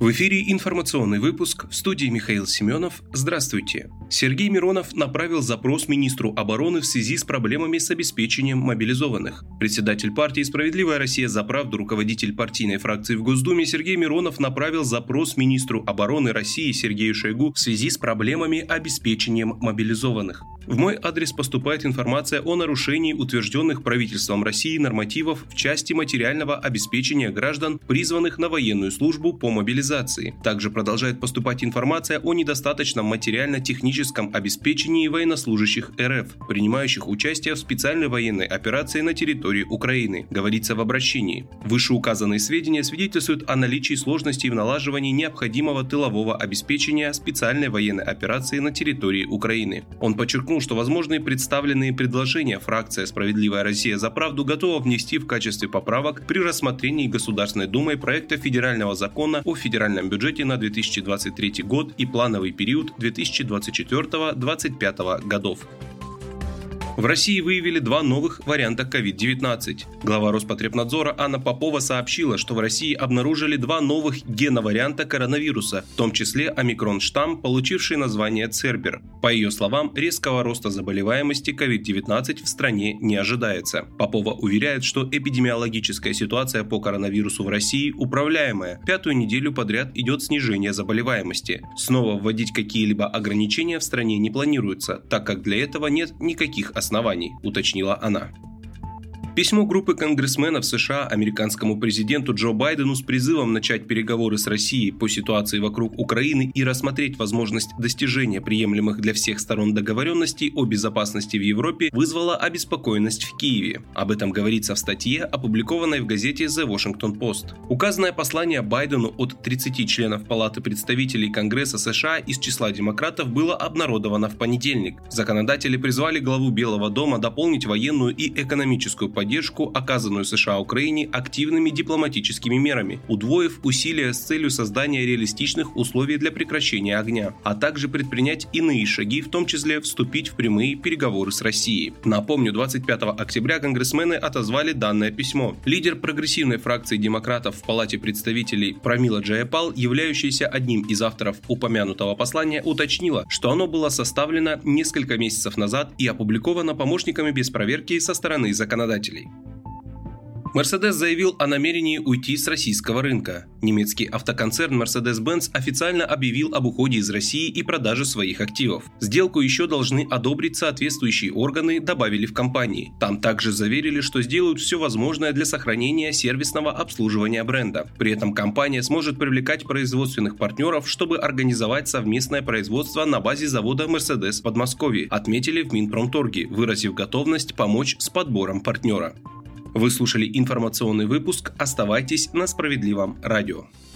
В эфире информационный выпуск, в студии Михаил Семенов. Здравствуйте. Сергей Миронов направил запрос министру обороны в связи с проблемами с обеспечением мобилизованных. Председатель партии «Справедливая Россия за правду», руководитель партийной фракции в Госдуме Сергей Миронов направил запрос министру обороны России Сергею Шойгу в связи с проблемами обеспечением мобилизованных. В мой адрес поступает информация о нарушении утвержденных правительством России нормативов в части материального обеспечения граждан, призванных на военную службу по мобилизации. Также продолжает поступать информация о недостаточном материально-техническом обеспечении военнослужащих РФ, принимающих участие в специальной военной операции на территории Украины, говорится в обращении. Вышеуказанные сведения свидетельствуют о наличии сложностей в налаживании необходимого тылового обеспечения специальной военной операции на территории Украины. Он подчеркнул, что возможные представленные предложения фракция «Справедливая Россия за правду» готова внести в качестве поправок при рассмотрении Государственной Думой проекта федерального закона о федеральном бюджете на 2023 год и плановый период 2024-2025 годов. В России выявили два новых варианта COVID-19. Глава Роспотребнадзора Анна Попова сообщила, что в России обнаружили два новых геноварианта коронавируса, в том числе омикрон-штамм, получивший название Цербер. По ее словам, резкого роста заболеваемости COVID-19 в стране не ожидается. Попова уверяет, что эпидемиологическая ситуация по коронавирусу в России управляемая. Пятую неделю подряд идет снижение заболеваемости. Снова вводить какие-либо ограничения в стране не планируется, так как для этого нет никаких оснований, уточнила она. Письмо группы конгрессменов США американскому президенту Джо Байдену с призывом начать переговоры с Россией по ситуации вокруг Украины и рассмотреть возможность достижения приемлемых для всех сторон договоренностей о безопасности в Европе вызвало обеспокоенность в Киеве. Об этом говорится в статье, опубликованной в газете The Washington Post. Указанное послание Байдену от 30 членов Палаты представителей Конгресса США из числа демократов было обнародовано в понедельник. Законодатели призвали главу Белого дома дополнить военную и экономическую поддержку, оказанную США Украине, активными дипломатическими мерами, удвоив усилия с целью создания реалистичных условий для прекращения огня, а также предпринять иные шаги, в том числе вступить в прямые переговоры с Россией. Напомню, 25 октября конгрессмены отозвали данное письмо. Лидер прогрессивной фракции демократов в Палате представителей Прамила Джаяпал, являющаяся одним из авторов упомянутого послания, уточнила, что оно было составлено несколько месяцев назад и опубликовано помощниками без проверки со стороны законодателей. Mercedes заявил о намерении уйти с российского рынка. Немецкий автоконцерн Mercedes-Benz официально объявил об уходе из России и продаже своих активов. Сделку еще должны одобрить соответствующие органы, добавили в компании. Там также заверили, что сделают все возможное для сохранения сервисного обслуживания бренда. При этом компания сможет привлекать производственных партнеров, чтобы организовать совместное производство на базе завода Mercedes в Подмосковье, отметили в Минпромторге, выразив готовность помочь с подбором партнера. Вы слушали информационный выпуск. Оставайтесь на Справедливом радио.